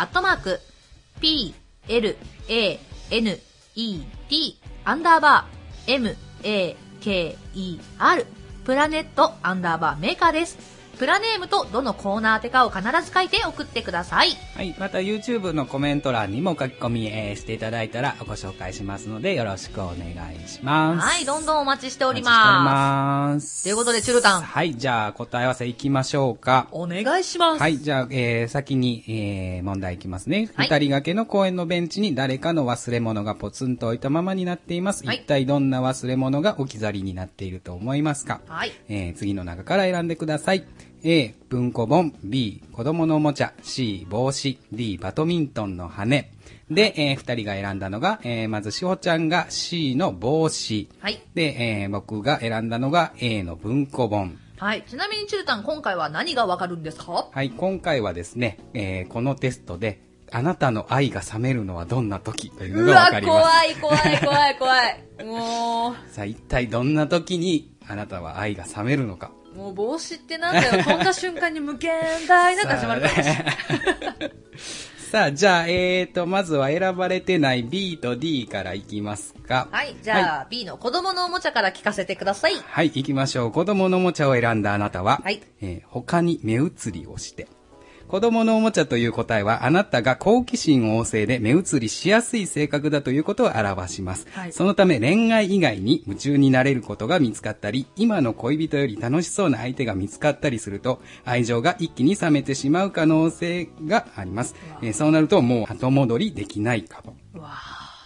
@PLANET_MAKER プラネット_メーカーです。プラネームとどのコーナー宛てかを必ず書いて送ってください。 はい。また YouTube のコメント欄にも書き込み、していただいたらご紹介しますのでよろしくお願いします。 はい。どんどんお待ちしております。ということでチュルタン。 はい。じゃあ答え合わせいきましょうか。 お願いします。 はい。じゃあ、先に、問題いきますね。はい、二人掛けの公園のベンチに誰かの忘れ物がポツンと置いたままになっています。はい、一体どんな忘れ物が置き去りになっていると思いますか？はい。次の中から選んでください。A、文庫本。B、子供のおもちゃ。C、帽子。D、バドミントンの羽。で、二人が選んだのが、まずしほちゃんが C の帽子。はい。で、僕が選んだのが A の文庫本。 はい。ちなみにチルタン、今回は何がわかるんですか？ はい。今回はですね、このテストで、あなたの愛が冷めるのはどんな時というのがわかります。 うわ、怖い。もう。 さあ、一体どんな時にあなたは愛が冷めるのか。 もう帽子ってなんだよ。飛んだ瞬間に無限大なんか始まるかもしれない。 さあ、じゃあ、まずは選ばれてない B と D からいきますか。 はい、じゃあ、はい、B の子供のおもちゃから聞かせてください。 はい、行きましょう。子供のおもちゃを選んだあなたは、はい、他に目移りをして。子供のおもちゃという答えはあなたが好奇心旺盛で目移りしやすい性格だということを表します、はい、そのため恋愛以外に夢中になれることが見つかったり今の恋人より楽しそうな相手が見つかったりすると愛情が一気に冷めてしまう可能性があります、そうなるともう後戻りできないかと。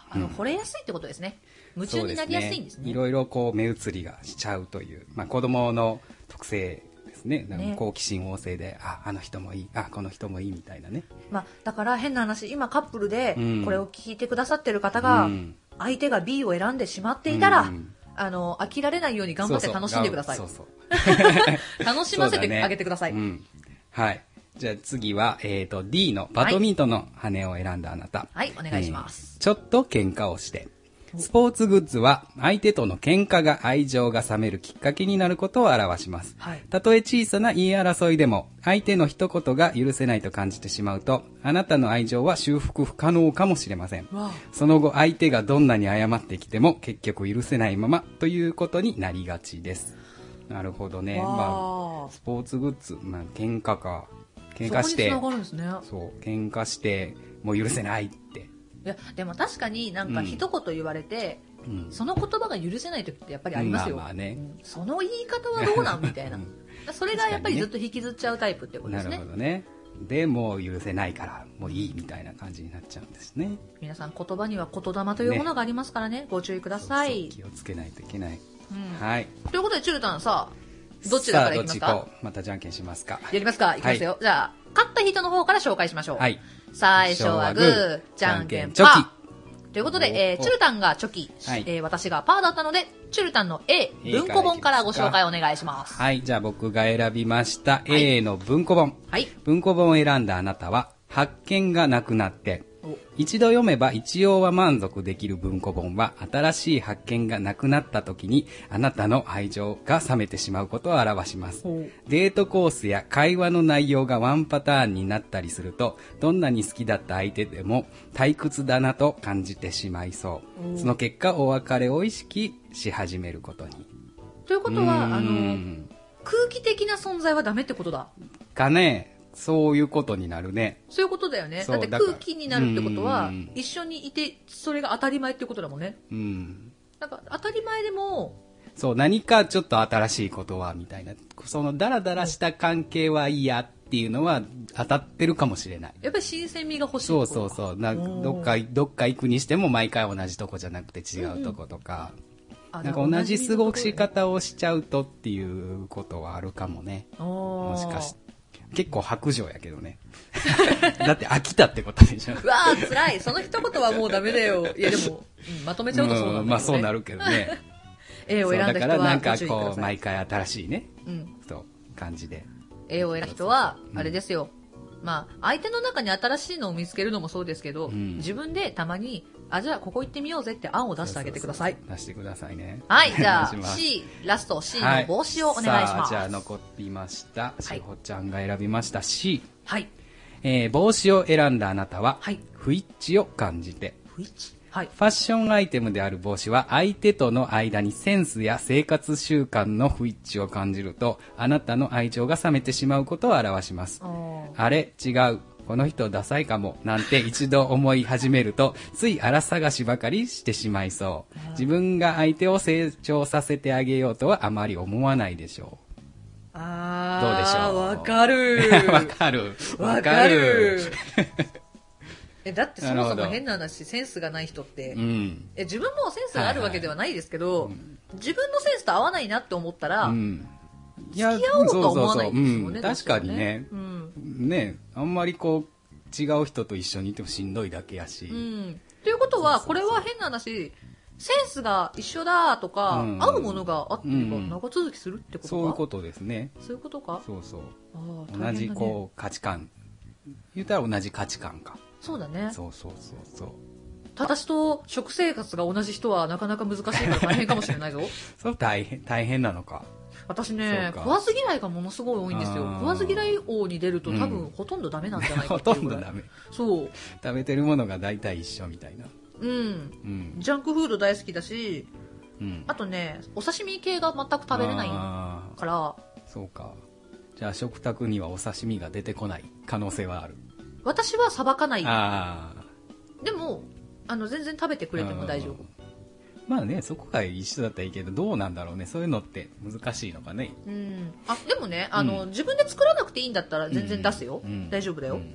惚れやすいってことですね。夢中になりやすいんですね。 いろいろこう目移りがしちゃうという、子供の特性ですね。好奇心旺盛で、あの人もいい、この人もいいみたいなね。 だから変な話、今カップルでこれを聞いてくださってる方が、相手が B を選んでしまっていたら、飽きられないように頑張って楽しんでください。楽しませてあげてください。 はい。じゃあ次は、D のバドミントンの羽を選んだあなた。 はい、お願いします。 ちょっと喧嘩をして。スポーツグッズは相手との喧嘩が愛情が冷めるきっかけになることを表します。たとえ小さな言い争いでも、相手の一言が許せないと感じてしまうと、あなたの愛情は修復不可能かもしれません。その後、相手がどんなに謝ってきても、結局許せないままということになりがちです。なるほどね。スポーツグッズ、喧嘩か。喧嘩して、喧嘩して、もう許せないって。 いや、でも確かになんか一言言われて、その言葉が許せない時ってやっぱりありますよ。その言い方はどうなんみたいな。それがやっぱりずっと引きずっちゃうタイプってことですね。 なるほどね。で、もう許せないから、もういいみたいな感じになっちゃうんですね。 皆さん言葉には言霊というものがありますからね、ご注意ください。 気をつけないといけない。はい。 ということで、チュルタンさ、どちらからいきますか？ またじゃんけんしますか。 やりますか？いきますよ。じゃあ、勝った人の方から紹介しましょう。はい。最初はグー、じゃんけんパー。ということで、チュルタンがチョキ、私がパーだったので、チュルタンの A、文庫本からご紹介お願いします。 はい。じゃあ僕が選びました A の文庫本。はい。文庫本を選んだあなたは、発見がなくなって、一度読めば一応は満足できる文庫本は新しい発見がなくなった時にあなたの愛情が冷めてしまうことを表します。デートコースや会話の内容がワンパターンになったりするとどんなに好きだった相手でも退屈だなと感じてしまいそう。その結果お別れを意識し始めることに。 ということは空気的な存在はダメってことだかね。そういうことになるね。 そういうことだよね。だって空気になるってことは、一緒にいて、それが当たり前ってことだもんね。なんか当たり前でも、 そう、何かちょっと新しいことは、みたいな。そのダラダラした関係は嫌っていうのは当たってるかもしれない。 やっぱり新鮮味が欲しいってこと。 そう。どっか行くにしても毎回同じとこじゃなくて違うとことか。なんか同じ過ごし方をしちゃうとっていうことはあるかもね。もしかして。結構白状やけどね。だって飽きたってことでしょ。 うわー辛い。その一言はもうダメだよ。いやでも、まとめちゃうとそうなんだけどね。 そうなるけどね。 A を選んだ人はだからなんかこう毎回新しいね。そう感じで。 A を選んだ人はあれですよ。相手の中に新しいのを見つけるのもそうですけど、自分でたまにじゃあここ行ってみようぜって案を出してあげてください。 出してくださいね。 はい、じゃあ C、ラスト C の帽子をお願いします。 じゃあ残りました。しほちゃんが選びました C。 はい。 帽子を選んだあなたは、不一致を感じて。 不一致？はい。 ファッションアイテムである帽子は相手との間にセンスや生活習慣の不一致を感じると、あなたの愛情が冷めてしまうことを表します。あれ違う。この人ダサいかもなんて一度思い始めるとつい荒探しばかりしてしまいそう。自分が相手を成長させてあげようとはあまり思わないでしょう。どうでしょう。 わかるわかるだってそもそも変な話センスがない人って、自分もセンスがあるわけではないですけど、自分のセンスと合わないなって思ったら、付き合おうとは思わないですよね。 確かにね。あんまりこう違う人と一緒にいてもしんどいだけやし。 ということはこれは変な話センスが一緒だとか、合うものがあって長続きするってことか。 そういうことですね。 そういうことか。 そう。同じこう価値観言うたら同じ価値観か。 そうだね。 そう。 私と食生活が同じ人はなかなか難しいから大変かもしれないぞ。 そう大変なのか。 私ね、食わず嫌いがものすごい多いんですよ。食わず嫌い王に出ると多分ほとんどダメなんじゃないかっていうぐらい。 ほとんどダメ。 そう。 食べてるものが大体一緒みたいな。 ジャンクフード大好きだし、あとね、お刺身系が全く食べれないから。 そうか。じゃあ食卓にはお刺身が出てこない可能性はある。 私はさばかない。でも全然食べてくれても大丈夫。 まあね、そこが一緒だったらいいけど、どうなんだろうね。そういうのって難しいのかね。 でもね、自分で作らなくていいんだったら全然出すよ。大丈夫だよ。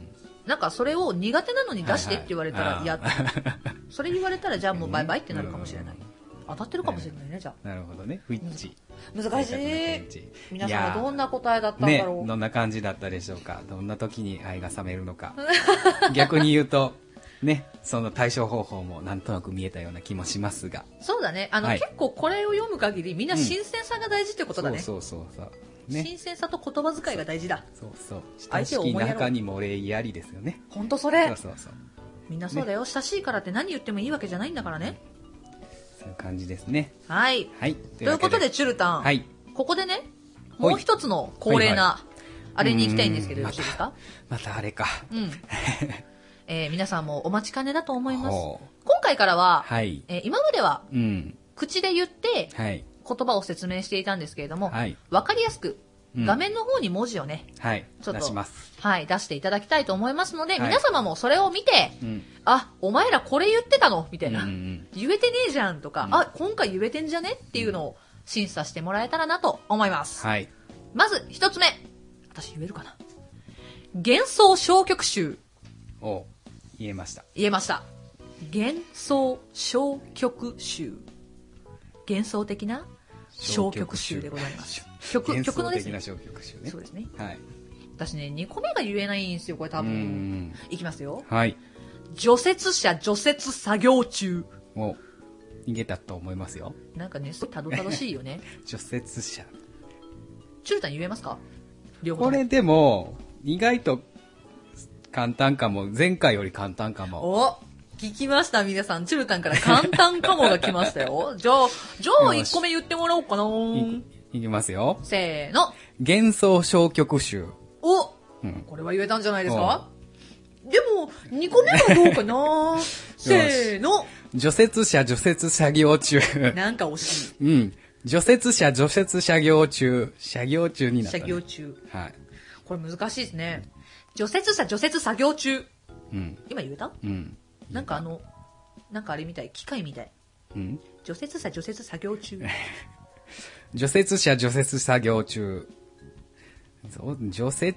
なんかそれを苦手なのに出してって言われたら嫌、それ言われたらじゃあもうバイバイってなるかもしれない。当たってるかもしれないね、じゃあ。 なるほどね。不一致。 難しい。皆さんはどんな答えだったんだろう。 ね、どんな感じだったでしょうか。どんな時に愛が冷めるのか。逆に言うと、ね、その対処方法もなんとなく見えたような気もしますが。 そうだね。結構これを読む限りみんな新鮮さが大事ってことだね。 そうそう。 ね、新鮮さと言葉遣いが大事だ。 そう。親しき中にも礼儀ありですよね。 ほんとそれ。 そう。 みんなそうだよ。親しいからって何言ってもいいわけじゃないんだからね。 そういう感じですね。 はい。ということで、チュルタン。はい。ここでね、もう一つの恒例な、あれに行きたいんですけど、よろしいですか？ またあれか。 皆さんもお待ちかねだと思います。今回からは、今までは、口で言って、言葉を説明していたんですけれども、わかりやすく、画面の方に文字をね、 ちょっと出します。 出していただきたいと思いますので、皆様もそれを見て、あ、お前らこれ言ってたのみたいな。言えてねえじゃんとか、あ、今回言えてんじゃねっていうのを審査してもらえたらなと思います。まず一つ目。私言えるかな？幻想小曲集。 言えました。 幻想小曲集。幻想的な小曲集でございます。曲のですね。 小曲集ね。 そうですね。私ね、2個目が言えないんですよ、これ多分。いきますよ。除雪車除雪作業中。 逃げたと思いますよ。 なんかね、すごいたどたどしいよね。 除雪車。 チュルタン言えますか？両方。 これでも、意外と簡単かも。前回より簡単かも。 聞きました皆さん。チュルタンから簡単かもが来ましたよ。じゃあ1個目言ってもらおうかな。 いきますよ。 せーの。 幻想小曲集。 これは言えたんじゃないですか？でも、2個目はどうかな。せーの。 除雪車除雪作業中。 なんか惜しい。 除雪車除雪作業中。作業中になった、ね。 作業中。これ難しいですね。除雪車除雪作業中。今言えた？なんかなんかあれみたい。機械みたい。除雪車除雪作業中。 除雪車除雪作業中。除雪、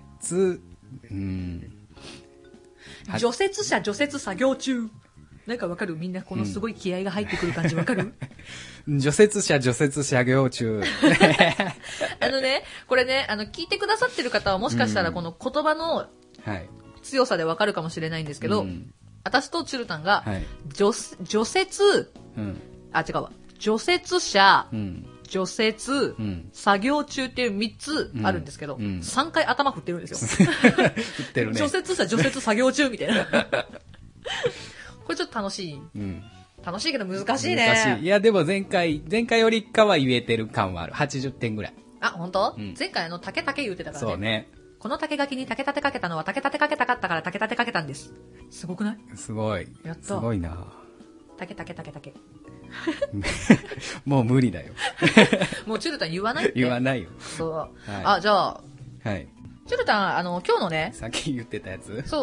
除雪車除雪作業中。なんかわかる？みんなこのすごい気合が入ってくる感じわかる？ 除雪車除雪作業中。 これね、聞いてくださってる方はもしかしたらこの言葉の強さでわかるかもしれないんですけど、私とチュルタンが、除雪、違うわ。除雪車、除雪、作業中っていう3つあるんですけど、3回頭振ってるんですよ。 振ってるね。 除雪車除雪作業中みたいな。これちょっと楽しい。楽しいけど難しいね。難しい。 いや、でも前回よりかは言えてる感はある。80点ぐらい。 あ、本当？前回竹言ってたからね。 そうね。 この竹垣に竹立てかけたのは竹立てかけたかったから竹立てかけたんです。すごくない？ すごい。 やった。 すごいな。 竹。 もう無理だよ。 もうチュルタン言わないって。 言わないよ。 そう。じゃあ。チュルタン、今日のね。 さっき言ってたやつ？ そう、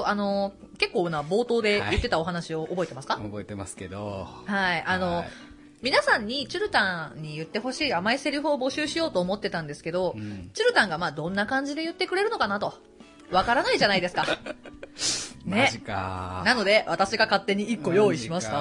結構な冒頭で言ってたお話を覚えてますか？ 覚えてますけど。 皆さんにチュルタンに言ってほしい甘いセリフを募集しようと思ってたんですけど、チュルタンがどんな感じで言ってくれるのかなと。わからないじゃないですか。 ね。マジか。 なので、私が勝手に1個用意しました。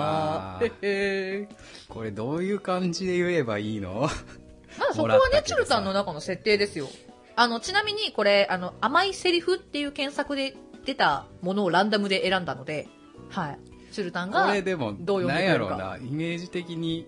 これどういう感じで言えばいいの？ そこはね、チュルタンの中の設定ですよ。ちなみにこれ、甘いセリフっていう検索で出たものをランダムで選んだので、チュルタンがどう読んでくれるか。 これでも、なんやろうな、イメージ的に、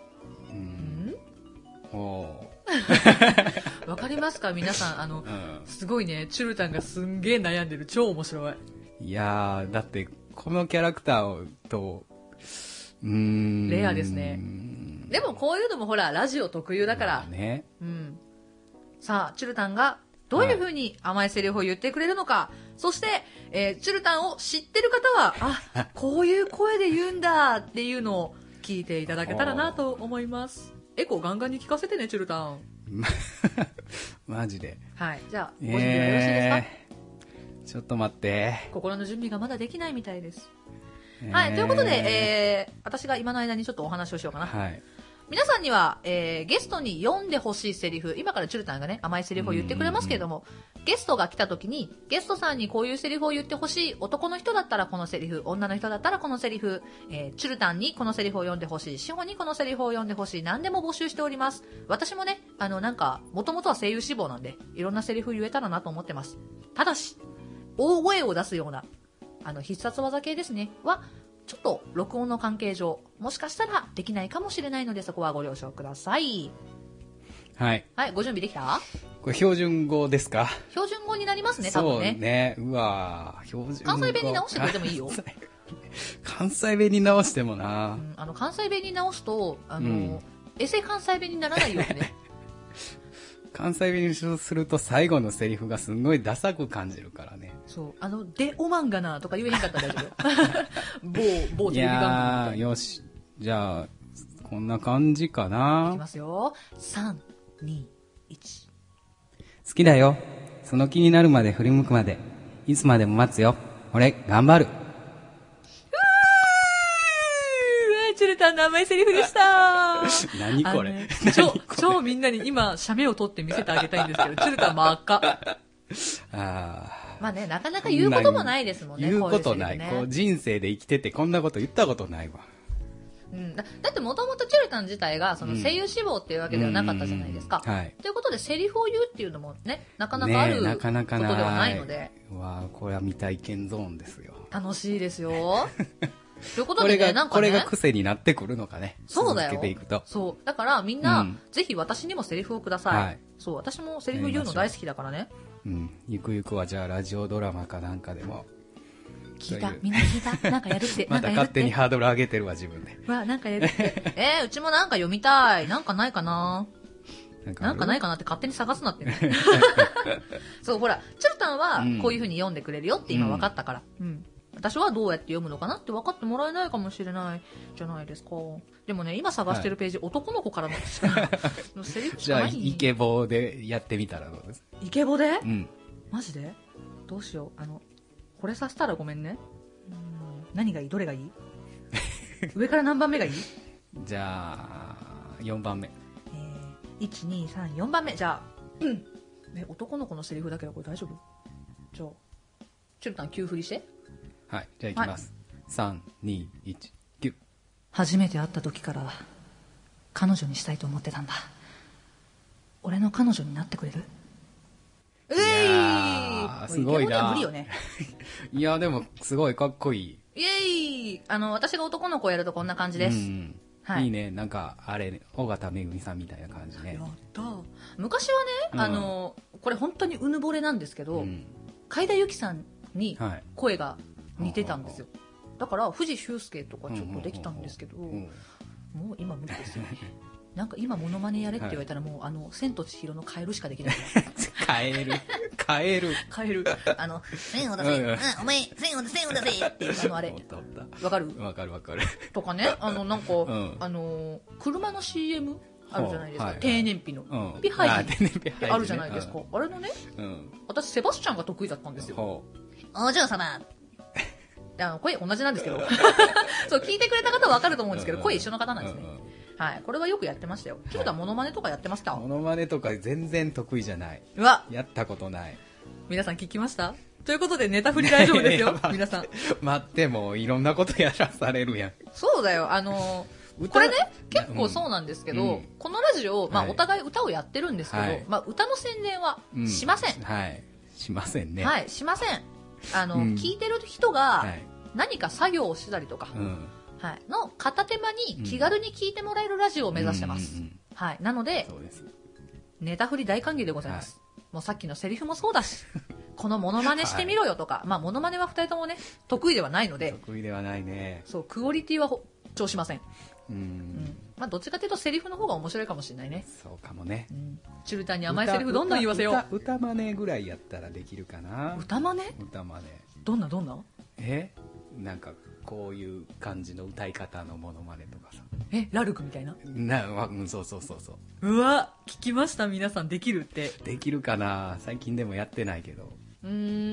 わかりますか皆さん、すごいね、チュルタンがすんげえ悩んでる。超面白い。 いやー、だって、このキャラクターと、 レアですね。でもこういうのもほら、ラジオ特有だから。 ね。 さあ、チュルタンがどういう風に甘いセリフを言ってくれるのか。そして、チュルタンを知ってる方は、こういう声で言うんだっていうのを聞いていただけたらなと思います。エコーガンガンに聞かせてね、チュルタン。 マジで。 じゃあ、ご準備はよろしいですか？ ちょっと待って。 心の準備がまだできないみたいです。ということで、私が今の間にちょっとお話をしようかな。 皆さんには、ゲストに読んでほしいセリフ、今からチュルタンがね、甘いセリフを言ってくれますけれども、ゲストが来た時に、ゲストさんにこういうセリフを言ってほしい、男の人だったらこのセリフ、女の人だったらこのセリフ、チュルタンにこのセリフを読んでほしい、シホにこのセリフを読んでほしい、何でも募集しております。私もね、なんか、もともとは声優志望なんで、いろんなセリフ言えたらなと思ってます。ただし、大声を出すような、必殺技系ですね、は、ちょっと録音の関係上、もしかしたらできないかもしれないので、そこはご了承ください。 はい。 はい、ご準備できた？ これ標準語ですか？ 標準語になりますね、多分ね。 そうね。うわ標準語。 関西弁に直してくれてもいいよ。 関西弁に直してもな。 関西弁に直すと、エセ関西弁にならないよね。 関西弁にすると最後のセリフがすんごいダサく感じるからね。 そう。で、おまんがなとか言えへんかったら大丈夫。某テレビ番組。 よし。じゃあ、こんな感じかな。 いきますよ。3、2、1。 好きだよ。その気になるまで振り向くまで。いつまでも待つよ。俺、頑張る。 チュルタンの甘いセリフでした。 何これ、 超みんなに今、写メを撮って見せてあげたいんですけど、チュルタン真っ赤。まあね、なかなか言うこともないですもんね。 言うことない。こう人生で生きててこんなこと言ったことないわ。 だってもともとチュルタン自体がその声優志望っていうわけではなかったじゃないですか。はい。ということでセリフを言うっていうのもね、なかなかあることではないので。 わあ、これは未体験ゾーンですよ。 楽しいですよ。ということでね、なんかね。 これが癖になってくるのかね。 そうだよ。 続けていくと。 そう。だからみんな、ぜひ私にもセリフをください。はい。そう、私もセリフ言うの大好きだからね。 ゆくゆくはじゃあラジオドラマかなんかでも。 聞いた？みんな聞いた？なんかやるって。 また勝手にハードル上げてるわ、自分で。 なんかやるって。うちもなんか読みたい。なんかないかな？なんかないかなって勝手に探すなってね。そう、ほら、チュルタンはこういう風に読んでくれるよって今分かったから。私はどうやって読むのかなって分かってもらえないかもしれないじゃないですか。でもね、今探してるページ、男の子からのセリフしかない。 じゃあ、イケボでやってみたらどうです？ イケボで？マジで？どうしよう。これさせたらごめんね。何がいい？どれがいい？上から何番目がいい？ じゃあ、4番目。 1、2、3、4番目。じゃあ、男の子のセリフだけどこれ大丈夫？じゃあ、チュルタン9振りして。 はい、じゃあいきます。3、2、1、9。 初めて会った時から彼女にしたいと思ってたんだ。俺の彼女になってくれる？ すごいな。 無理よね。 いや、でも、すごいかっこいい。 イエーイ！私が男の子をやるとこんな感じです。 はい、いいね。なんか、あれ、尾形めぐみさんみたいな感じね。 やった。昔はね、これ本当にうぬぼれなんですけど、海田由紀さんに声が似てたんですよ。だから、藤修介とかちょっとできたんですけど、もう今無理ですよね。なんか今モノマネやれって言われたらもう千と千尋のカエルしかできない。 カエル。カエル。 千を出せ。お前、千を出せっていうあれ。わかる？ わかる。 とかね、なんか、車の CM あるじゃないですか。低燃費の。ピハイあるじゃないですか。あれのね、私セバスチャンが得意だったんですよ。お嬢様。声同じなんですけど。そう、聞いてくれた方はわかると思うんですけど、声一緒の方なんですね。はい。これはよくやってましたよ。キュータモノマネとかやってますか？ モノマネとか全然得意じゃない。やったことない。皆さん聞きました？ということでネタ振り大丈夫ですよ。皆さん。 待って、もういろんなことやらされるやん。 そうだよ。これね、結構そうなんですけど、このラジオ、お互い歌をやってるんですけど、歌の宣伝はしません。 はい。しませんね。 はい、しません。聞いてる人が何か作業をしたりとか、の片手間に気軽に聞いてもらえるラジオを目指してます。はい。なので、ネタ振り大歓迎でございます。もうさっきのセリフもそうだし、このモノマネしてみろよとか、モノマネは2人ともね、得意ではないので、 得意ではないね。 そう、クオリティは調しません。どっちかというとセリフの方が面白いかもしれないね。 そうかもね。 チュルタンに甘いセリフどんどん言わせよう。歌真似ぐらいやったらできるかな。 歌真似？ 歌真似。 どんな？ なんかこういう感じの歌い方のモノマネとかさ。 ラルクみたいな？ そう。 うわ、聞きました。皆さんできるって。 できるかな。最近でもやってないけど。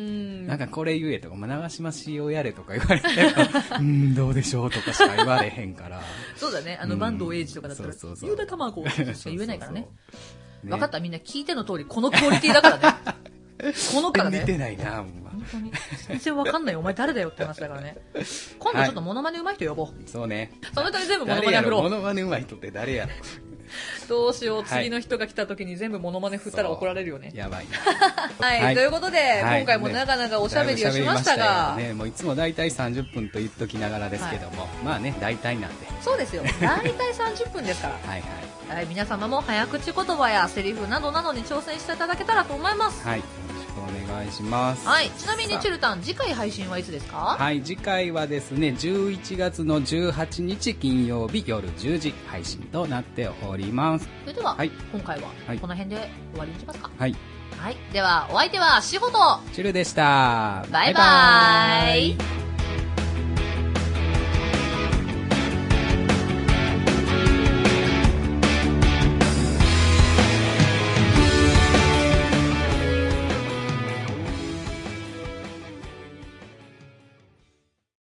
なんかこれ言えとか、長嶋茂雄やれとか言われてどうでしょうとかしか言われへんからそうだね、坂東英二とかだったらゆうだたまごしか言えないからね。分かった、みんな聞いての通りこのクオリティだからねこのからね見てないな、 本当に全然わかんないよ、お前誰だよって話だからね。今度ちょっとモノマネ上手い人呼ぼう。 そうね、その人に全部モノマネ振ろう。 モノマネ上手い人って誰やろどうしよう、次の人が来た時に全部モノマネ振ったら怒られるよね。 やばいはい、ということで、今回も長々おしゃべりをしましたが、 もういつも大体30分と言っときながらですけども、まあね、大体なんで。 そうですよ、大体30分ですからはい、皆様も早口言葉やセリフなどなどに挑戦していただけたらと思います。 はい、お願いします。 はい、ちなみにチルタン、次回配信はいつですか？ はい、次回はですね、11月の18日金曜日夜10時配信となっております。 それでは、今回はこの辺で終わりにしますか？ はい、 はい、ではお相手は仕事チルでした。 バイバイ。